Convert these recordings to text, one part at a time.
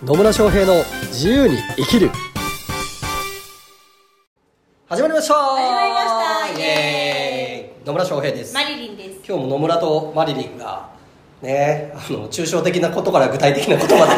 野村翔平の自由に生きる。始まりました。イエーイ。野村翔平です。 マリリンです。 今日も野村とマリリンがね、抽象的なことから具体的なことまで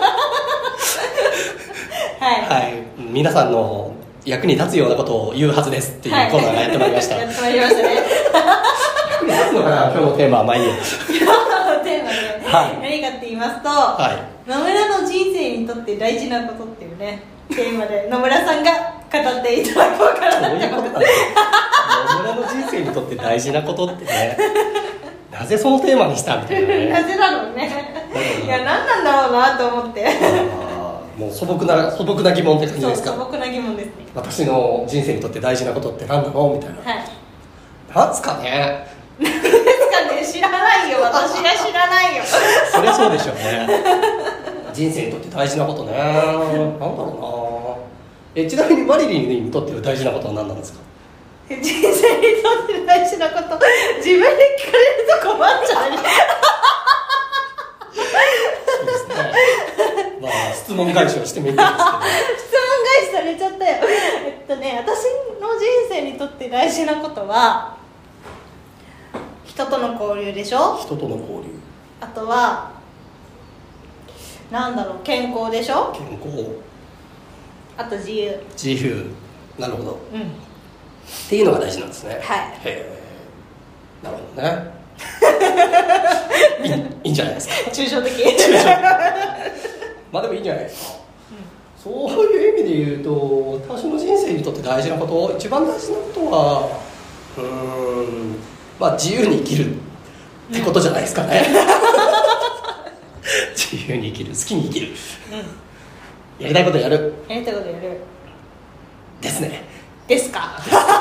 はい、皆さんの役に立つようなことを言うはずですっていうコーナーがやってまいりました。 やってまいりましたね。 役に立つのかな、今日のテーマは。まあいいよ。 今日のテーマで、何かって言いますと、野村の人生にとって大事なことっていうねテーマで野村さんが語っていただこうかなと思ってます。 野村の人生にとって大事なことってね、なぜそのテーマにしたみたいなね。 なぜだろうね。いや、何なんだろうなと思って。 もう素朴な疑問って感じですか。 素朴な疑問ですね。 私の人生にとって大事なことって何だろうみたいな。なんすかね。 何ですかね、知らないよ。私が知らないよ。 そりゃそうでしょうね。人生にとって大事なことね。なんだろうな。ちなみにマリリンにとって大事なことは何なんですか。 人生にとって大事なこと、自分で聞かれると困っちゃうね。 そうですね。まあ質問返しをしてみるんですけど。 質問返しされちゃったよ。私の人生にとって大事なことは人との交流でしょ。 人との交流。 あとはなんだろう、健康でしょ。 健康。あと自由。 なるほど。っていうのが大事なんですね。なるほどね。いいんじゃないですか。 抽象的。 まあでもいいんじゃないですか。そういう意味で言うと、私の人生にとって大事なこと、一番大事なことはまあ自由に生きるってことじゃないですかね。自由に生きる、好きに生きる、やりたいことやるですね。 ですか。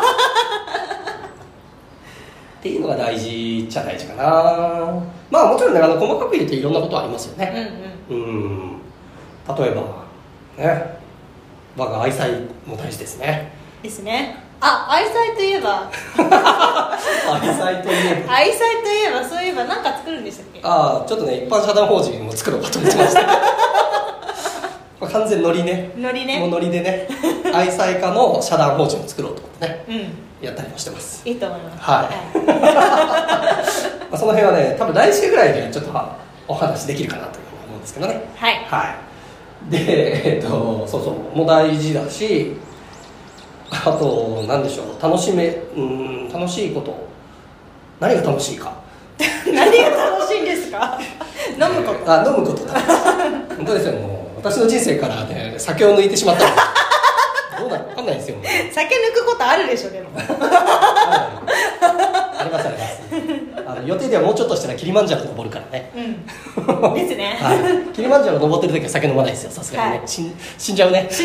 っていうのが大事じゃないかな。まあもちろんね、細かく言うといろんなことありますよね。例えばね、我が愛妻も大事ですね。 ですね。愛妻といえば愛妻といえばそういえば何か作るんでしたっけ。 ちょっとね、一般社団法人を作ろうかと思ってました。完全ノリね。もうノリでね、愛妻家の社団法人を作ろうと思ってね、やったりもしてます。 いいと思います。 その辺はね、多分来週ぐらいでちょっとお話できるかなというふうに思うんですけどね。で、そうもう大事だし、あと何でしょう、楽しいこと、何が楽しいか。 何が楽しいんですか。飲むこと。 飲むことだ。本当ですよ。もう私の人生からね、酒を抜いてしまったのでどうなるか分かんないですよ。 酒抜くことあるでしょ。でもありますあります。予定ではもうちょっとしたらキリマンジャロ登るからね。 ですね。 キリマンジャロ登ってる時は酒飲まないですよ、さすがにね。死んじゃうね。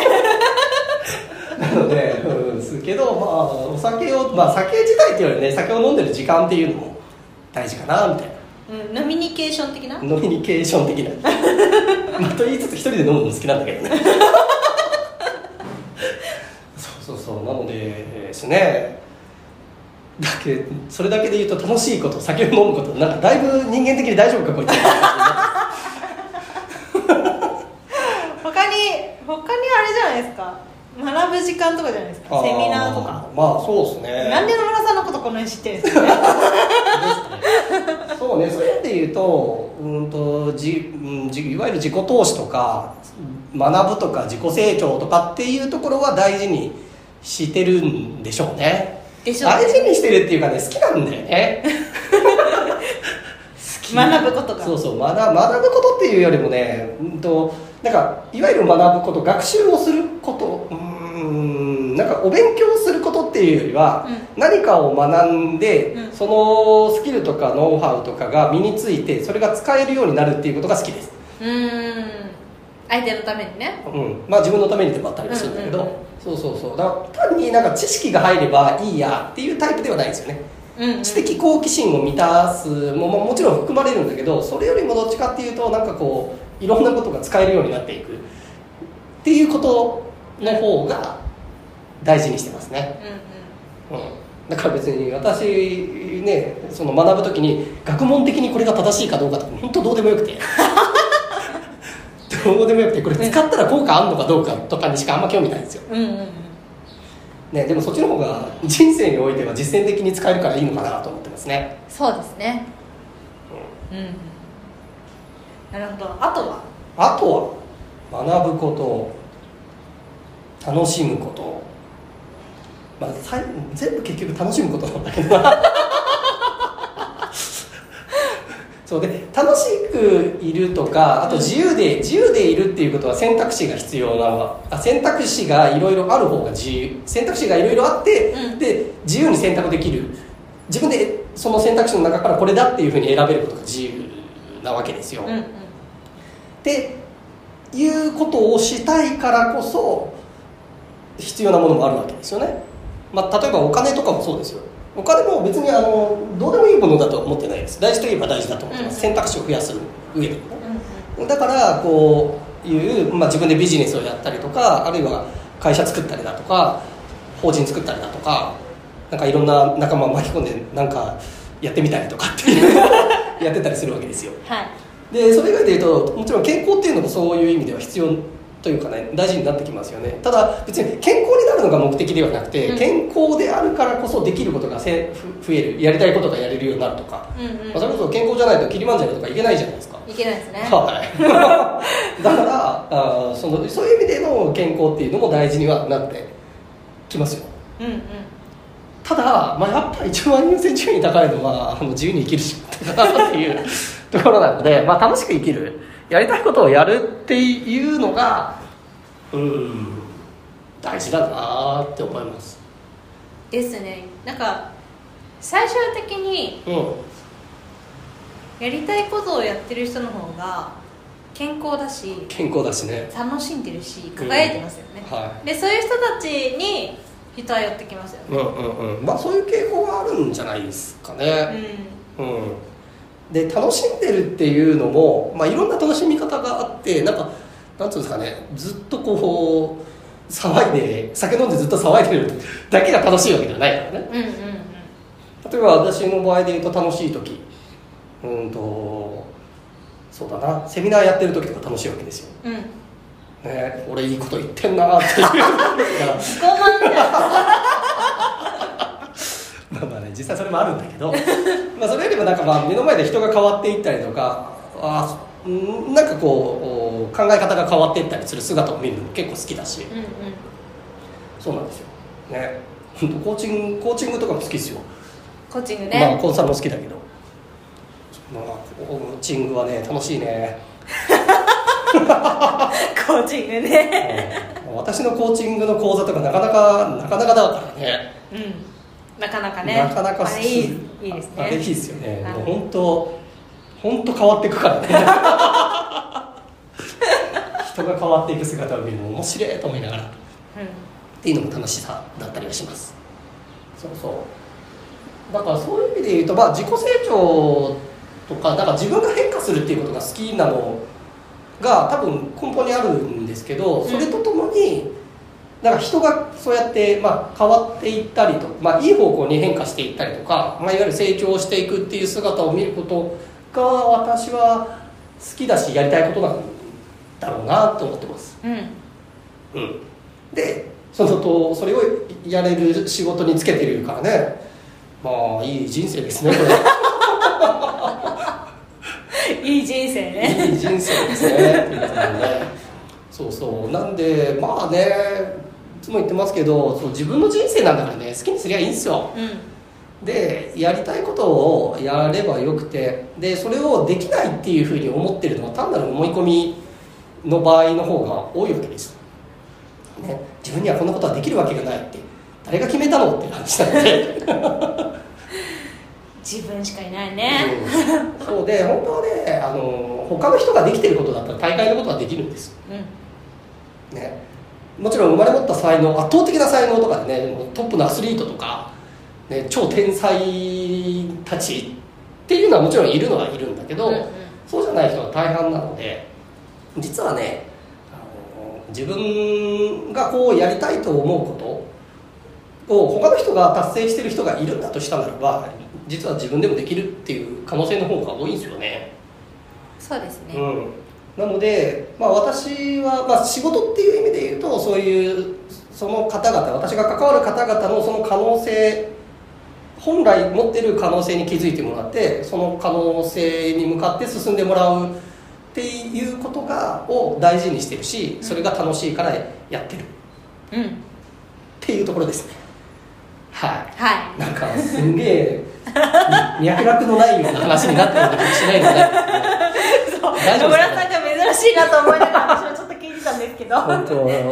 なので、ですけど、お酒を、酒自体っていうよりね、酒を飲んでる時間っていうのも大事かなみたいな。 ノミニケーション的な。 と言いつつ一人で飲むの好きなんだけどね。そうなのでですね。それだけで言うと楽しいこと、酒を飲むこと、なんかだいぶ人間的に大丈夫かこいつ。 他にあれじゃないですか。学ぶ時間とかじゃないですか。セミナーとか。 そうですね。 なんで野村さんのことこんなに知ってるんですかね。 そうね、そういう意味で言うと、いわゆる自己投資とか学ぶとか自己成長とかっていうところは大事にしてるんでしょうね。大事にしてるっていうかね、好きなんだよね。 学ぶことが。 学ぶことっていうよりもね、なんかいわゆる学ぶこと、学習をすること、なんかお勉強することっていうよりは、何かを学んで、そのスキルとかノウハウとかが身について、それが使えるようになるっていうことが好きです。 相手のためにね。 自分のためにでもあったりするんだけど、だから単になんか知識が入ればいいやっていうタイプではないんですよね。知的好奇心を満たすもちろん含まれるんだけど、それよりもどっちかっていうと、なんかこういろんなことが使えるようになっていくっていうことの方が大事にしてますね。だから別に私ね、その学ぶときに学問的にこれが正しいかどうかとか本当どうでもよくてどどうでもよくて、これ使ったら効果あんのかどうかとかにしかあんま興味ないんですよ、ね、でもそっちの方が人生においては実践的に使えるからいいのかなと思ってますね。 そうですね。なるほど。あとは学ぶこと、楽しむこと、全部結局楽しむことなんだけどそうで、楽しくいるとか、あと自由でいるっていうことは選択肢が必要な選択肢がいろいろある方が選択肢がいろいろあって、で自由に選択できる、自分でその選択肢の中からこれだっていうふうに選べることが自由なわけですよ、っていうことをしたいからこそ必要なものもあるわけですよね。例えばお金とかもそうですよ。お金も別にどうでもいいものだとは思ってないです。大事といえば大事だと思ってます、選択肢を増やす上でもね、だからこういう、自分でビジネスをやったりとか、あるいは会社作ったりだとか、法人作ったりだとか、なんかいろんな仲間を巻き込んでなんかやってみたりとかっていうやってたりするわけですよ、でそれ以外で言うと、もちろん健康っていうのもそういう意味では必要というかね、大事になってきますよね。ただ別に健康になるのが目的ではなくて、健康であるからこそできることが増える、やりたいことがやれるようになるとか、それこそ健康じゃないとキリマンジャロとか行けないじゃないですか。 いけないですね。 だからそういう意味での健康っていうのも大事にはなってきますよ。ただ、やっぱり一番優先順位高いのは自由に生きる仕事だなっていうところなので、楽しく生きる、やりたいことをやるっていうのが大事だなって思いますですね。なんか最終的にやりたいことをやってる人の方が健康だしね、 楽しんでるし輝いてますよね、でそういう人たちに人は寄ってきますよね。 そういう傾向があるんじゃないですかね。で楽しんでるっていうのも、いろんな楽しみ方があって、なんていうんですかね、ずっとこう騒いで酒飲んでずっと騒いでるだけが楽しいわけじゃないからね。例えば私の場合で言うと、楽しい時そうだな、セミナーやってる時とか楽しいわけですよ、俺いいこと言ってんなっていう実際それもあるんだけどそれよりも目の前で人が変わっていったりとか、なんかこう考え方が変わっていったりする姿を見るのも結構好きだし、そうなんですよね。コーチングとかも好きですよ。 コーチングね、 コンサルも好きだけど、コーチングはね楽しいねコーチングね私のコーチングの講座とかなかなかだからね、 なかなかね、いいですね。 あれいいですよね。もう本当変わっていくからね人が変わっていく姿を見るの面白いと思いながら、っていうのも楽しさだったりはします。だからそういう意味で言うと、自己成長とか、自分が変化するっていうことが好きなのが多分根本にあるんですけど、それとともに人がそうやって、変わっていったりと、いい方向に変化していったりとか、いわゆる成長していくっていう姿を見ることが私は好きだし、やりたいことなんだろうなと思ってます。でそれをやれる仕事につけてるからね、いい人生ですねこれいい人生ね。 いい人生ですねなんでいつも言ってますけど、自分の人生なんだからね、好きにすりゃいいんですよ、でやりたいことをやればよくて、でそれをできないっていうふうに思ってるのは単なる思い込みの場合の方が多いわけです、自分にはこんなことはできるわけがないって誰が決めたのっていう話なので自分しかいないね、 そうで本当はね、他の人ができてることだったら大概のことはできるんです、もちろん生まれ持った才能、圧倒的な才能とかでね、トップのアスリートとか、超天才たちっていうのはもちろんいるのはいるんだけど、そうじゃない人が大半なので、実はね、自分がこうやりたいと思うことを他の人が達成してる人がいるんだとしたならば、実は自分でもできるっていう可能性の方が多いんですよね。 そうですね、 なので、私は、仕事っていう意味で言うとそういうその方々、私が関わる方々のその可能性、本来持っている可能性に気づいてもらって、その可能性に向かって進んでもらうっていうことを大事にしてるし、それが楽しいからやってる、っていうところですね。はい、なんかすんげえ脈絡のないような話になってる気がしないので野村さんが珍しいなと思いながら私はちょっと聞いてたんですけど本当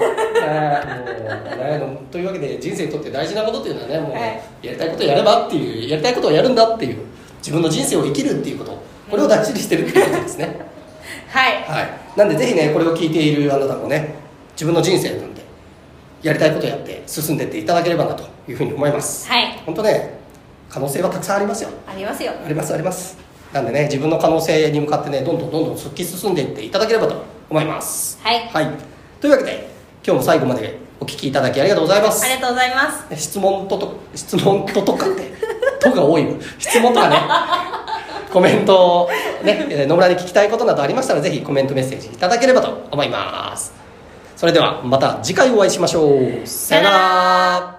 というわけで、人生にとって大事なことっていうのはね、もうやりたいことをやればっていう、やりたいことをやるんだっていう、自分の人生を生きるっていうこと、これを大事にしてるっていうことですね。なんでぜひね、これを聞いているあなたもね、自分の人生なんでやりたいことをやって進んでいっていただければなというふうに思います。本当ね、可能性はたくさんありますよ。あります。なんでね、自分の可能性に向かってね、どんどん突き進んでいっていただければと思います。というわけで、今日も最後までお聞きいただきありがとうございます。 ありがとうございます。 質問とかってとが多いわ。質問とかねコメントね、野村に聞きたいことなどありましたら、ぜひコメントメッセージいただければと思います。それではまた次回お会いしましょう。さよなら。